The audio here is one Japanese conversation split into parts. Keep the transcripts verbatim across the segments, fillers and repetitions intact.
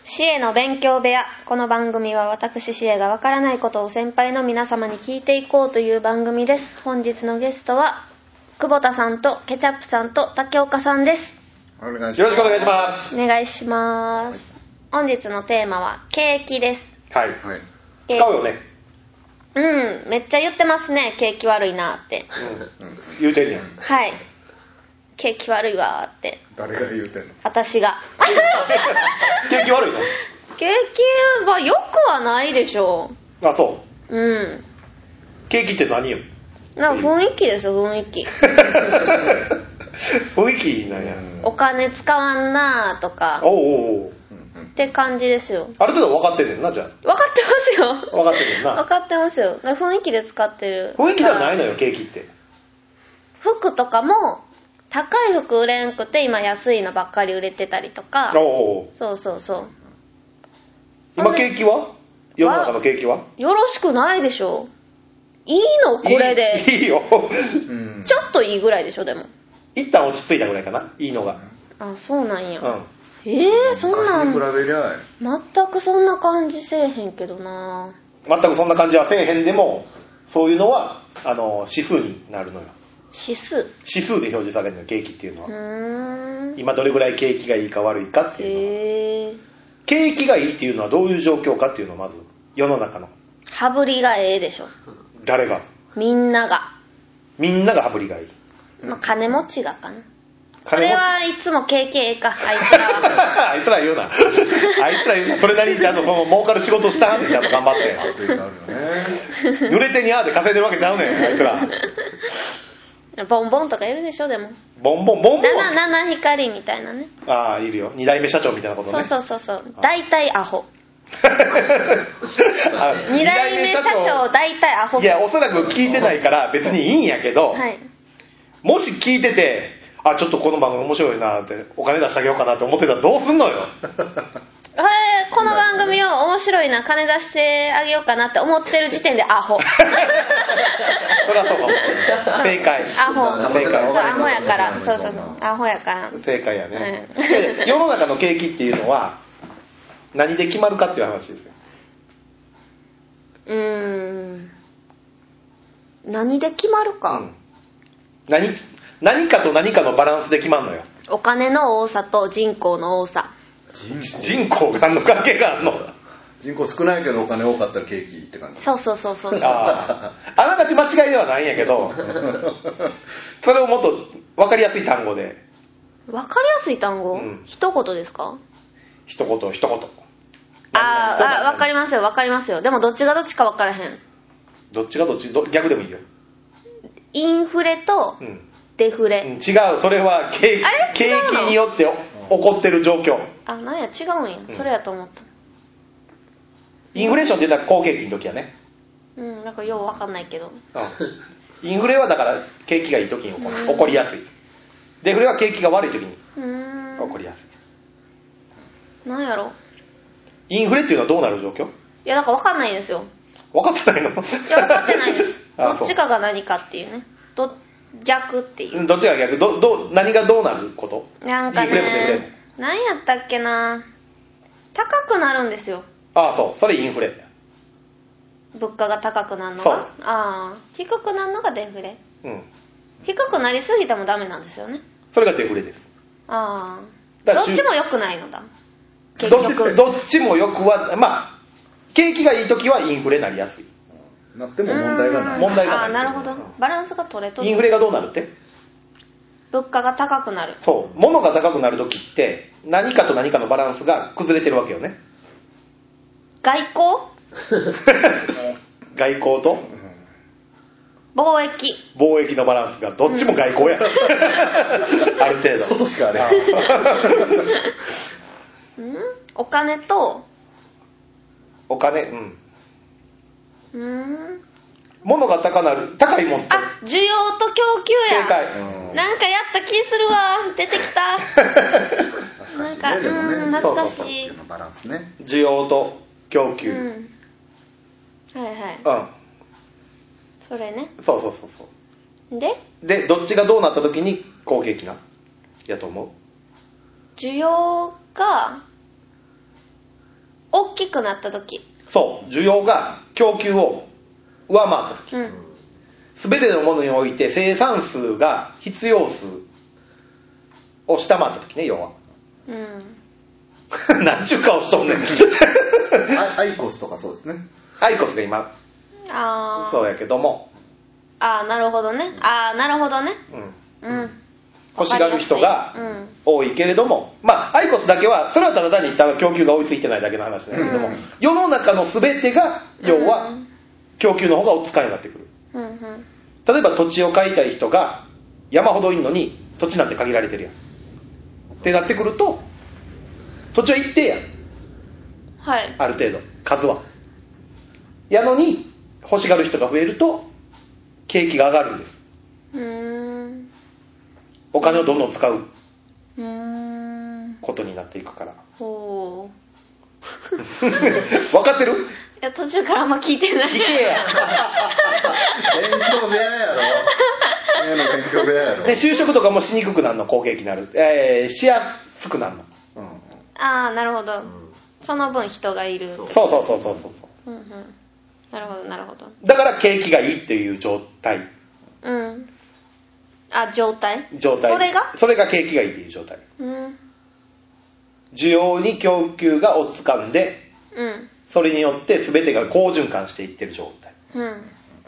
シエの勉強部屋。この番組は私シエがわからないことを先輩の皆様に聞いていこうという番組です。本日のゲストは久保田さんとケチャップさんと竹岡さんです。 お願いします。 よろしくお願いします。 お願いします。はい、本日のテーマは景気です。 はい、はい、使うよね。 うん、めっちゃ言ってますね。景気悪いなって、 うんうん、言うてんねん。 はい、景気悪いわって。 誰が言うてんの？ 私が景気悪いの？ 景気は良くはないでしょう。あ、そう。 うん。 景気って何よ？ なんか雰囲気ですよ、雰囲気。 雰囲気なんや。 お金使わんなとか。 おうおうおう。 って感じですよ。 ある程度分かってんねんな、じゃあ。 分かってますよ。 分かってんねんな。 分かってますよ。雰囲気で使ってる。 雰囲気ではないのよ、景気って。 服とかも高い服売れんくて今安いのばっかり売れてたりとか。 おうおう。 そうそうそう。 今景気は？世の中の景気は？ よろしくないでしょ。いいのこれで。 いい、いいよ。 ちょっといいぐらいでしょ、でも。 一旦落ち着いたぐらいかな、いいのが。 あ、そうなんや。 うん。 えー、そんなん昔に比べりゃ全くそんな感じせえへんけどな。 全くそんな感じはせえへんでも、そういうのはあの指数になるのよ。 指数指数で表示されるのよ、景気っていうのは。 うーん、 今どれぐらい景気がいいか悪いかっていうのは。 へー。 景気がいいっていうのはどういう状況かっていうのをまず世の中の羽振りがええでしょ。 誰が？ みんなが。 みんなが羽振りがいい。 まあ、金持ちがかな。そ金持ち。 れはいつも景気ええか、あいつらは。 あいつら言うな。あいつら言うな。それなりにちゃんとその儲かる仕事したはんねん、ちゃんと頑張って。濡れてにゃーで稼いでるわけちゃうねん、あいつら。 ボンボンとかいるでしょ、でも。 ボンボン、ボンボン。 七七光みたいなね。 ああ、いるよ。二代目社長みたいなことね。 そうそうそうそう。大体アホ。二代目社長大体アホ。 いや、おそらく聞いてないから別にいいんやけど、 はい、 もし聞いてて、あ、ちょっとこの番組面白いなってお金出してあげようかなって思ってたらどうすんのよ。 あれ、この番組を面白いな、金出してあげようかなって思ってる時点でアホ。 そりゃそうかも。正解。 アホ。 正解。 そう、アホやから。そうそうそう。アホやから。 正解やね。うん、世の中の景気っていうのは何で決まるかっていう話ですよ。 うーん。何で決まるか、うん、 何何かと何かのバランスで決まるのよ。 お金の多さと人口の多さ。 人, 人口が何の関係があるの？ 人口少ないけどお金多かったら景気って感じ。 そうそうそうそうそう。 ああながち間違いではないんやけどそれをもっと分かりやすい単語で。 分かりやすい単語、うん、一言ですか？一言一言。 ああ、分かりますよ分かりますよ。でもどっちがどっちか分からへん。 どっちがどっち？ど逆でもいいよ。 インフレとデフレ、うん、 違う。それは 景, 景気によって起こってる状況。 あ、なんや違うんや、うん、それやと思った。 インフレーションって言ったら好景気の時やね。 うん、なんかよう分かんないけど、 うん、インフレはだから景気がいい時に起こる、起こりやすい。デフレは景気が悪い時に起こりやすい。なんやろ。 インフレっていうのはどうなる状況？ いや、なんか分かんないんですよ。 分かってないの？いや、分かってないですどっちかが何かっていうね。ど逆っていう。 どっちが逆？どど何がどうなること？ なんかね、インフレもデフレも。何やったっけな。高くなるんですよ。 ああ、そう。それインフレ。 物価が高くなるのが。ああ、低くなるのがデフレ。うん。低くなりすぎてもダメなんですよね。 それがデフレです。 ああ。どっちも良くないのだ。結局。どっちも良くは、まあ景気がいい時はインフレになりやすい。 なっても問題がない。 問題がない。 ああ、なるほど。バランスが取れとる。 インフレがどうなるって？ 物価が高くなる。 そう。物が高くなる時って何かと何かのバランスが崩れてるわけよね。 外交外交と貿易貿易のバランスがどっちも外交や、うん、ある程度外しかあれうんお金とお金うんうん物が高なる高いもんとあ需要と供給や正解なんかやった気するわ出てきた懐かしいねでもねうん懐かしいバランスね需要と供給、うん、 はいはいうんそれねそうそうそうそうででどっちがどうなった時に好景気なやと思う需要がくなった時。 そう需要が供給を上回った時、 うん。 全てのものにおいて生産数が必要数を下回った時ね、要は。 うん。 何ちゅう顔しとんねん。 アイコスとかそうですね。 アイコスが今ああ。 そうやけども、 ああ、なるほどね。ああ、なるほどね。 うん、 うん。 欲しがる人がうん多いけれども、まあアイコスだけはそれはただ単に供給が追いついてないだけの話だけれども、 うん、 世の中の全てが要は供給の方がお使いになってくる。 うんうん。 例えば土地を買いたい人が山ほどいるのに土地なんて限られてるやんってなってくると、土地は一定やん、 はい。 ある程度数はやのに欲しがる人が増えると景気が上がるんです。 うーん。 お金をどんどん使ううーん。 ことになっていくから。 ほ分かってる？ う。いや、途中からあんま聞いてない。 聞けや。 勉強部屋やろ。家の勉強部屋やろ。 で就職とかもしにくくなるの、好景気になる、えー、しやすくなるの。 うん。 ああ、なるほど。 うんその分人がいるってこと。 そうそうそうそうそう。 うんうん。なるほど、なるほど。 だから景気がいいっていう状態。 うん。あ、状態状態。 それがそれが景気がいいっていう状態。 うん。 需要に供給が追っつかんで、 うん。 それによって全てが好循環していってる状態。 うん。 うん、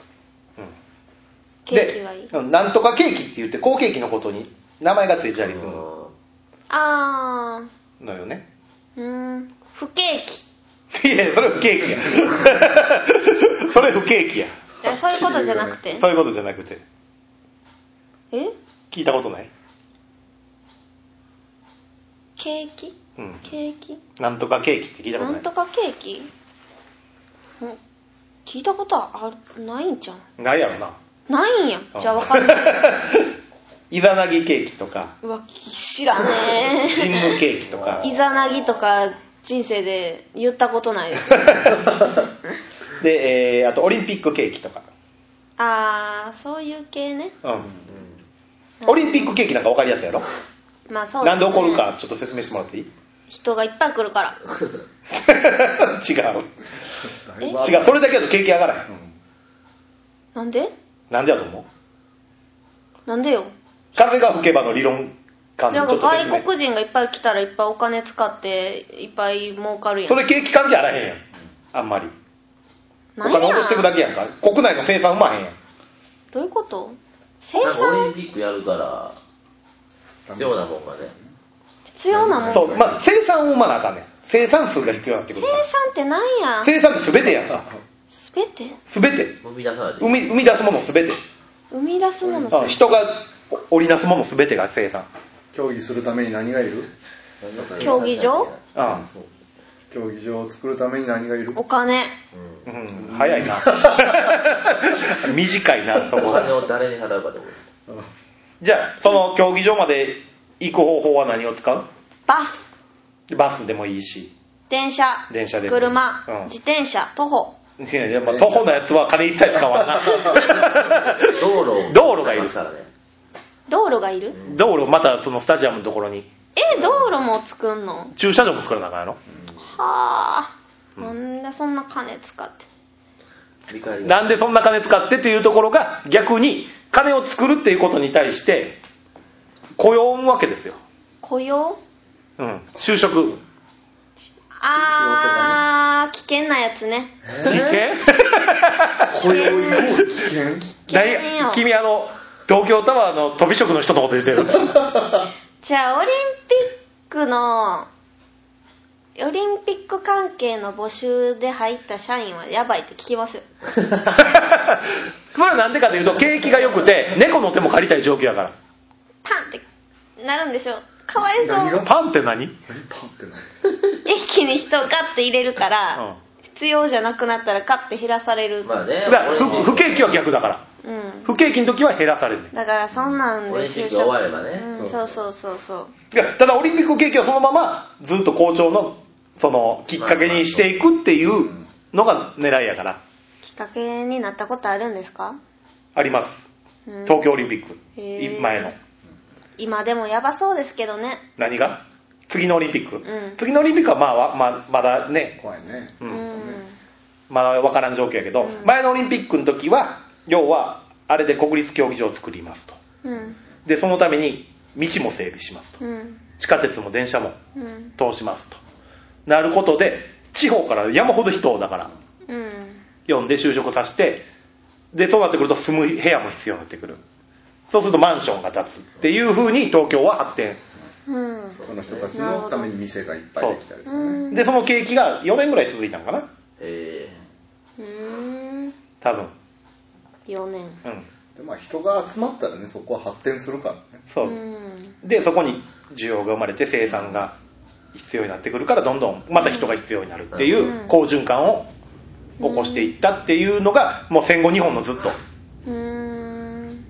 景気がいい。 で、なんとか景気って言って好景気のことに名前がついたりするあのよね。 ー。うん。不景気。 いや、それ不景気や。それ不景気や。 いやそういうことじゃなくて。 そういうことじゃなくて。 え聞いたことない？ 景気うん。 景気なんとか景気って聞いたことない？ なんとか景気ん聞いたことあるないんじゃん。 ないやろな。 ないんや。じゃあ分かんない。 イザナギケーキとか、 うわ、知らねえ。 神武ケーキとか。 イザナギとか人生で言ったことないです。 で、えー、あとオリンピックケーキとか。 あー、そういう系ね。 うん。オリンピックケーキなんか分かりやすいやろ。 まあそうですね。 なんで起こるかちょっと説明してもらっていい？ 人がいっぱい来るから。 違う。 え違う、それだけだと景気上がらへん。 なんでなんでやと思う？ なんでよ。 風が吹けばの理論感なんかちょっと説明。 外国人がいっぱい来たらいっぱいお金使っていっぱい儲かるやん。 それ景気関係あらへんやん。あんまり。おなんや金落としていくだけやんか。国内の生産うまへんやん。 どういうこと生なんかオリ産ンピックやるから必要なもんがね。 必要なもん。 そう、まあ生産を生まなあかんねん。生産数が必要になってく生るから。 産ってなんや生産って全てやんか。 すべて全て。 生み出さないと生み生み出すもの全て。 生み出すものあ人が織りなすもの全てが生産。 競技するために何がいる？ 競技場ああ競技場を作るために何がいる？ お金。 うん、早いな。短いな、そおこ金を誰に払うかってことです。 じゃあ、その競技場まで行く方法は何を使う？ バス、 バスでもいいし。 電車、 電車でもいい車、 うん自転車、徒歩。 いやいや、まあ、徒歩のやつは金一切使わんな。 道路道路がいるからね。 道路がいる？ 道路、またそのスタジアムのところにえ、道路も作んの？ 駐車場も作らなあかんやろ。 はぁ、なんでそんな金使って。 見返りがなんでそんな金使ってっていうところが逆に金を作るっていうことに対して雇用を生むわけですよ。 雇用？ うん。就職。 あー、危険なやつね。 危険？ 雇用イコール危険？ 何危険よ君あの東京タワーの飛び職の人のこと言ってる。 じゃあオリンピックのオリンピック関係の募集で入った社員はやばいって聞きますよ。 それはなんでかというと景気が良くて猫の手も借りたい状況やから。 パンってなるんでしょ。かわいそう。 何がパンって何？ 何パンって何？ 一気に人をガッて入れるから、 うん必要じゃなくなったらガッて減らされる。 まあね、 だからオリンピック不不景気は逆だから。 うん。 不景気の時は減らされるね。 だからそんなんでオリンピックが終わればねうん、そうそうそうそう。 いやただオリンピック景気はそのままずっと好調のそのきっかけにしていくっていうのが狙いやから。 きっかけになったことあるんですか？ あります。 うん東京オリンピックへー前の。 今でもやばそうですけどね。 何が？ 次のオリンピック、 うん、 次のオリンピックはまあままだね怖いね、 うんうん、 まだ分からん状況やけど、うん、前のオリンピックの時は要はあれで国立競技場を作りますと、 うん、 でそのために道も整備しますと、うん、地下鉄も電車も通しますと、うん、なることで地方から山ほど人をだから、うん、呼んで就職させて、でそうなってくると住む部屋も必要になってくる、そうするとマンションが建つっていう風に東京は発展、 うん、その人たちのために店がいっぱいできたりとかね。 でその景気がよねんぐらい続いたのかな。 へえー、 多分よねん、うん、 でまあ人が集まったらねそこは発展するからね。 そう、うん、でそこに需要が生まれて生産が必要になってくるからどんどんまた人が必要になるっていう好循環を起こしていったっていうのがもう戦後日本のずっとうーん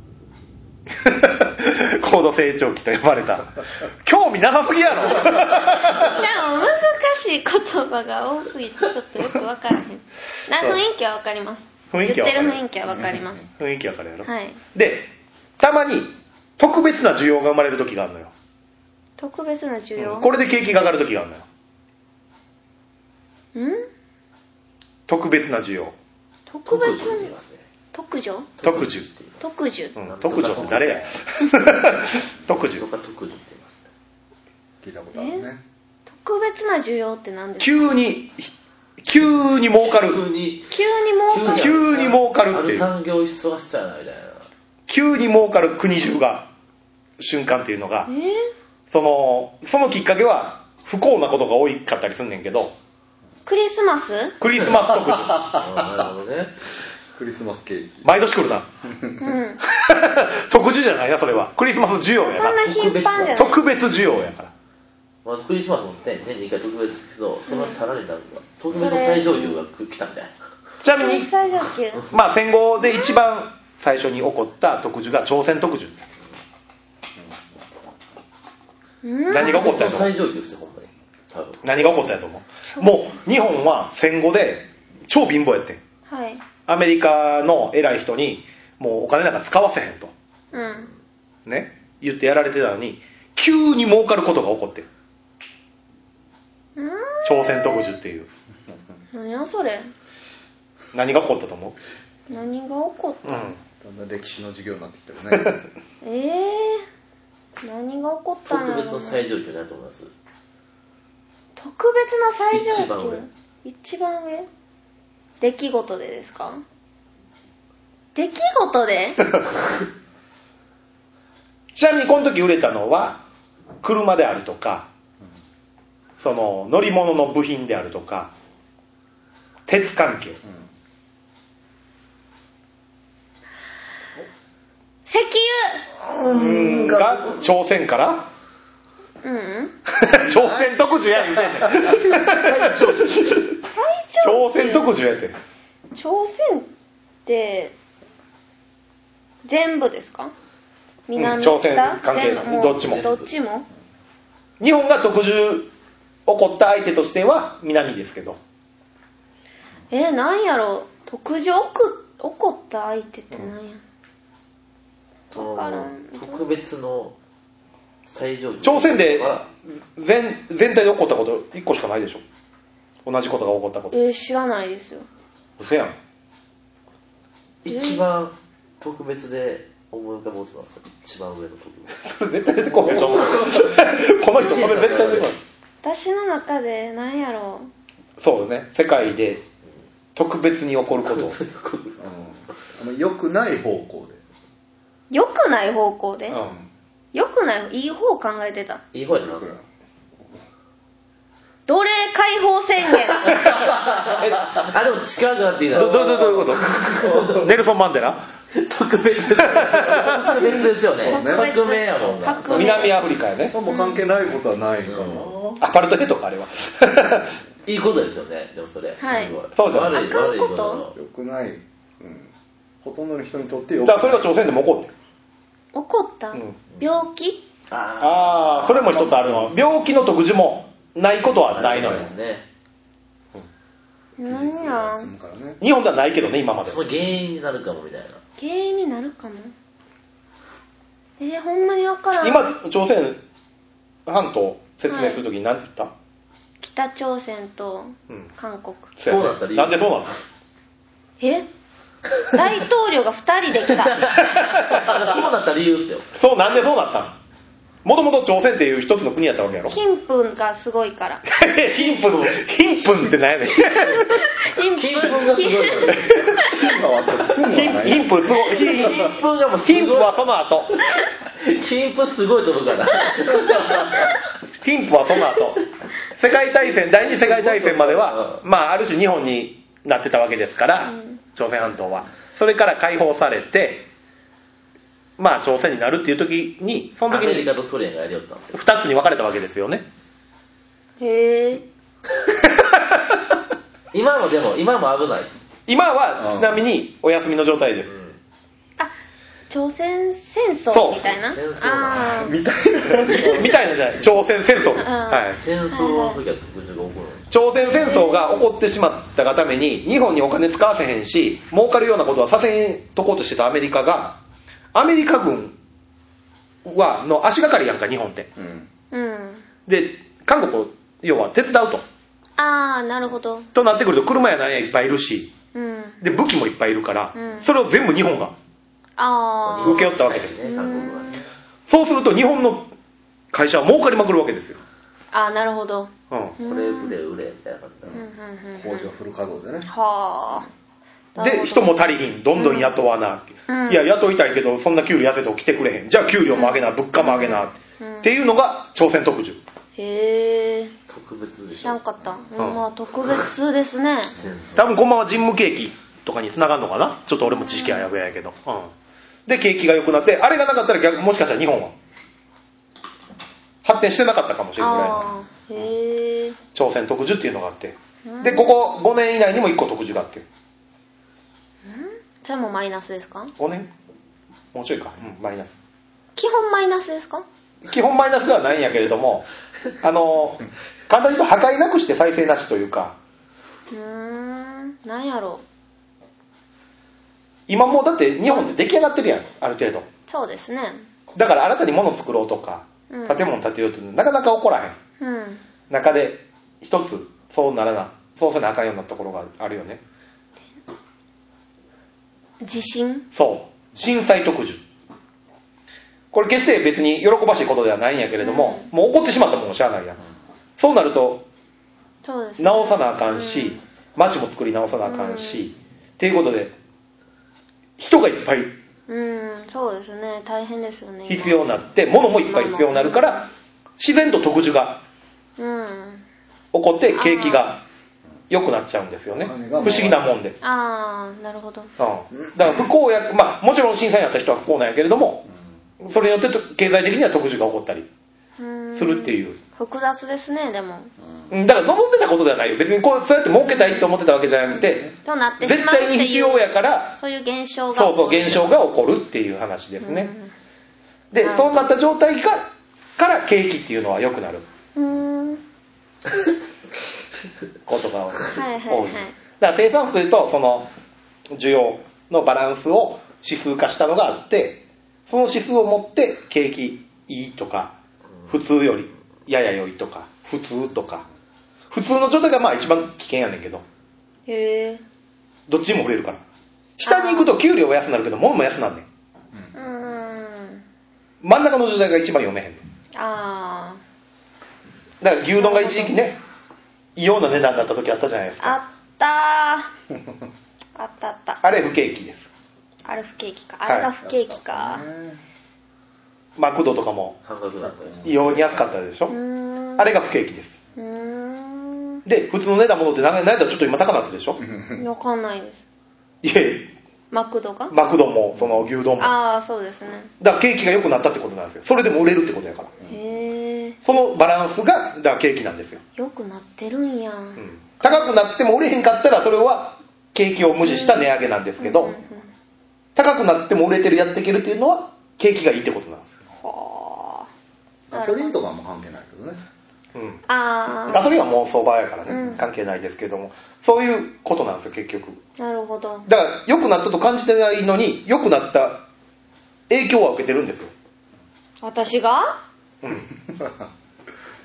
高度成長期と呼ばれた。興味なさすぎやろ。 じゃあ難しい言葉が多すぎてちょっとよく分からへん。な雰囲気は分かります。 雰囲気は分かる。 言ってる雰囲気は分かります。 雰囲気分かるやろ。 はい。 でたまに特別な需要が生まれる時があるのよ。 特別な需要、 うん、これで景気が上がる時があるのよ。ん？特別な需要。 特別に特需特需特需、 うん、特需って誰や特需とか特需って言いますね。 聞いたことあるね。 特別な需要って何ですか？ 急に急に儲かる急に急に儲かる急に儲かるっていうある産業忙しさやなみたいな。 急に儲かる国中が瞬間っていうのが、 えー、 そのそのきっかけは不幸なことが多かったりすんねんけど、 クリスマスクリスマス特需あなるほどね。 クリスマスケーキ毎年来るな、うん、特需じゃないなそれはクリスマス需要やから。 そんな頻繁じゃない。 特別需要やから。 まずクリスマスもね年にいっかい特別ですけど、そのさらになんか、うん、特別の最上級が来たみたいな。 ちなみに最上級まあ戦後で一番最初に起こった特需が朝鮮特需。うん、何が起こったんやと思う？ 最上級ですよほんまに。多分何が起こったんやと思う？もう日本は戦後で超貧乏やってん。 はい。 アメリカの偉い人にもうお金なんか使わせへんと、 うん、 ね言ってやられてたのに急に儲かることが起こってる。うん朝鮮特需っていう。 何やそれ。 何が起こったと思う？何が起こった？うん、 だんだん歴史の授業になってきてるね。 えー、何が起こったんやろう。 特別の最上級だと思います。 特別な最上級。 一番上。 一番上？出来事でですか？出来事でちなみにこの時売れたのは車であるとか、うん、その乗り物の部品であるとか鉄関係、うん、 石油うんが朝鮮からうん、うん、 朝鮮特需や言うてんねん朝鮮特需やって。 朝鮮って全部ですか？南、うん、 朝鮮関係どっちもどっちも。 日本が特需起こった相手としては南ですけど。 えー、なんやろ特需起こった相手ってなんや、うん、分からん。 特別の最上級。 朝鮮で 全, 全体で起こったこといっこしかないでしょ。同じことが起こったこと。 えー、知らないですよ。 嘘やん。 一番特別で思い浮かぶことなんですか？一番上の特別。 それ絶対出てこないと思う。この人それ絶対出てこない。 私の中で何やろう。そうね。世界で特別に起こること。 うん、良くない方向で。 良くない方向で。 うん、 良くないいい方考えてた。 いい方じゃないですか。 奴隷解放宣言。 あでも力がっていうのはどどどどういうことネルソン・マンデラ特別です特別ですよね。革命やもんな。 南アフリカやね。 もう関係ないことはないかな、うん、 アパルトヘイトかあれは。 いいことですよね。でもそれ、 はい、 すごいそうじゃ悪い悪いこと 。よくない、うん、ほとんどの人にとってよくない。 だからそれが朝鮮でも起こってる。 起こった、うん、病気。 ああそれも一つあるの。病気の特需もないことはないのよ。 ですね。 何や。 日本ではないけどね今まで。 その原因になるかもみたいな。 原因になるかも。えー、ほんまに分からん。 今朝鮮半島説明するときに何て言った、はい、 北朝鮮と韓国、うん、 そうだった理由なんでそうなの？ え大統領がふたりで来たそうだった理由ですよ。 そう、なんでそうなったの？もともと朝鮮っていう一つの国やったわけやろ。 貧富がすごいから貧富の貧富って何やねん貧富がすごいから貧富すごい貧富がもう貧富はその後貧富すごいと思うから貧富はその後世界大戦第二次世界大戦まではまあある種日本になってたわけですから、うん、朝鮮半島はそれから解放されてまあ朝鮮になるっていう時にその時にアメリカとソ連がやりよったんですよ。 ふたつに分かれたわけですよね。 へえ今もでも今も危ないです。 今はちなみにお休みの状態です、うん、 あ、朝鮮戦争みたいな戦争あみたいなみたいなじゃない朝鮮戦争、 はい、戦争の時は特殊が起こるんです。 朝鮮戦争が起こってしまったがために日本にお金使わせへんし儲かるようなことはさせんとこうとしてたアメリカがアメリカ軍はの足がかりやんか日本って、 うん、 で韓国を要は手伝うとああなるほどとなってくると車や何やいっぱいいるし、 うん、 で武器もいっぱいいるから、うん、それを全部日本があ請け負ったわけです、 ね、韓国はね。 そうすると日本の会社は儲かりまくるわけですよ。 ああなるほど、 うん、 これ売れ売れみたいな感じで工場フル稼働でねはあで人も足りひんどんどん雇わな、うん、いや雇いたいけどそんな給料痩せて起きてくれへんじゃあ給料も上げな、うん、物価も上げな、うん、っていうのが朝鮮特需。 へえ特別でしょ。 知らんかった、うん、まあ特別ですね。 多分こんばんは人務景気とかに繋がるのかなちょっと俺も知識はやべやけど、うん、で景気が良くなってあれがなかったら逆もしかしたら日本は発展してなかったかもしれないぐらいのへ朝鮮特需っていうのがあってでここごねん以内にもいっこ特需があってじゃあもうマイナスですか？ ごねんもうちょいか、うん、マイナス基本マイナスですか？ 基本マイナスではないんやけれどもあの簡単に言うと破壊なくして再生なしというかうーんなんやろう今もうだって日本って出来上がってるやんある程度。 そうですね。 だから新たに物作ろうとか、うん、建物建てようってなかなか起こらへん、うん、中で一つそうならなそうせなあかんようなところがあるよね。 地震？ そう震災特需これ決して別に喜ばしいことではないんやけれども、うん、もう起こってしまったもんしゃあないやん、うん、そうなるとそうですね、 直さなあかんし、うん、街も作り直さなあかんし、うん、っていうことで人がいっぱいうんそうですね大変ですよね必要になって物もいっぱい必要になるから自然と特需が起こって景気が良くなっちゃうんですよね。不思議なもんで。 ああなるほど、 うん、だから不幸やまあもちろん震災になった人は不幸なんやけれどもそれによって経済的には特需が起こったりするっていう複雑ですね。でもだから望んでたことではないよ別にこうそうやって儲けたいと思ってたわけじゃなくて、 うん、となってしまうっていう絶対に必要やからそういう現象がそうそう現象が起こるっていう話ですね、うん、でそうなった状態がから景気っていうのは良くなるうんことが多い、 はいはいはい、 だから生産数とその需要のバランスを指数化したのがあってその指数を持って景気いいとか普通よりやや良いとか普通とか普通の状態がまあ一番危険やねんけどへえどっちにも触れるから下に行くと給料は安くなるけど物も安なんねんうん真ん中の状態が一番読めへんねんあだから牛丼が一時期ね異様な値段になった時あったじゃないですかあったーあったあったあれ不景気ですあれ不景気かあれが不景気か、はい、 マクドとかも異様に安かったでしょあれが不景気ですうーんで普通の値段戻って何だちょっと今高くなってるでしょ分かんないですいえマクドがマクドもその牛丼もああそうですねだから景気が良くなったってことなんですよそれでも売れるってことやからへえそのバランスがだから景気なんですよ良くなってるんや、うん、 高くなっても売れへんかったらそれは景気を無視した値上げなんですけど、うんうんうんうん、高くなっても売れてるやっていけるっていうのは景気がいいってことなんですよはあガソリンとかも関係ないけどねうん、 あガソリンはもう相場やからね、 うん、 関係ないですけどもそういうことなんですよ結局なるほどだから良くなったと感じてないのに良くなった影響は受けてるんですよ私が、 うん、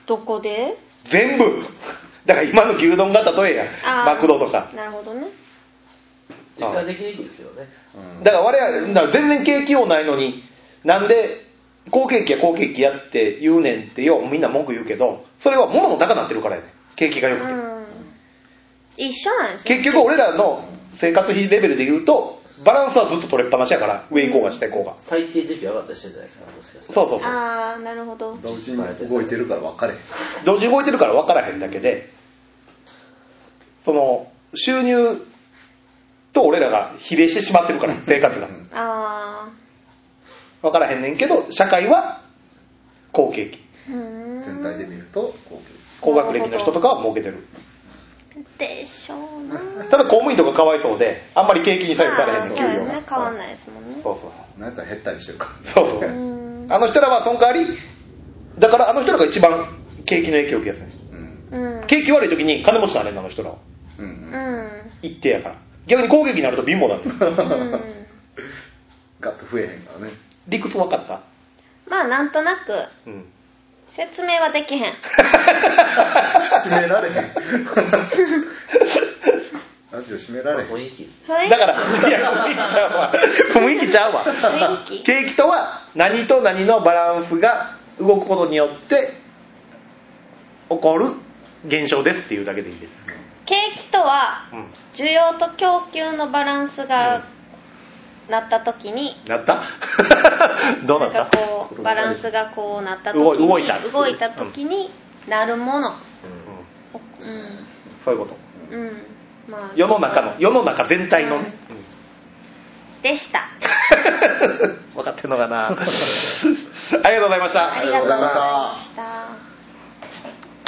どこで？ 全部だから今の牛丼が例えやマクドとか。 なるほどね。 実感できにくいですけどね、 うん、だから我々だから全然景気ようないのになんで好景気や好景気やって言うねんってよみんな文句言うけど、それは物も高なってるからやね、景気が良くて、うん、 一緒なんですね。 結局俺らの生活費レベルで言うとバランスはずっと取れっぱなしやから、上行こうが下行こうが、 最低時期上がったりしてるんじゃないですか、もしかしたら。そうそうそう。 ああ、なるほど。 同時に動いてるから分かれへん。 同時に動いてるから分からへんだけで、その収入と俺らが比例してしまってるから生活が。ああ。分からへんねんけど、社会は好景気。 全体で見ると好景気。 高学歴の人とかは儲けてる。 でしょうな。 ただ公務員とかかわいそうで、あんまり景気に左右されへんの、 給料が。そうですね、変わんないですもんね。 そうそうなんやったら減ったりしてるから。 そうそう。あの人らはその代わり、だからあの人らが一番景気の影響を受けやすい。うん、景気悪い時に金持ちなれんの、あの人らは。うんうん、一定やから。逆に攻撃になると貧乏だって、うん、 ガッと増えへんからね。 理屈分かった？ まあなんとなく、うん、説明はできへん。 締められへん。ラジオ締められへん。 雰囲気です。 だからいや雰囲気ちゃうわ。雰囲気ちゃうわ。景気とは何と何のバランスが動くことによって起こる現象ですっていうだけでいいです。 景気とは、うん、需要と供給のバランスが、うん、なった時になったどうなった？ なんかこうバランスがこうなった時に動いた動いた時になるもの、うんうん、 そういうこと、 うんまあ、 世の中の世の中全体のね、 うん、でした。 分かってんのかな。ありがとうございました。 ありがとうございました。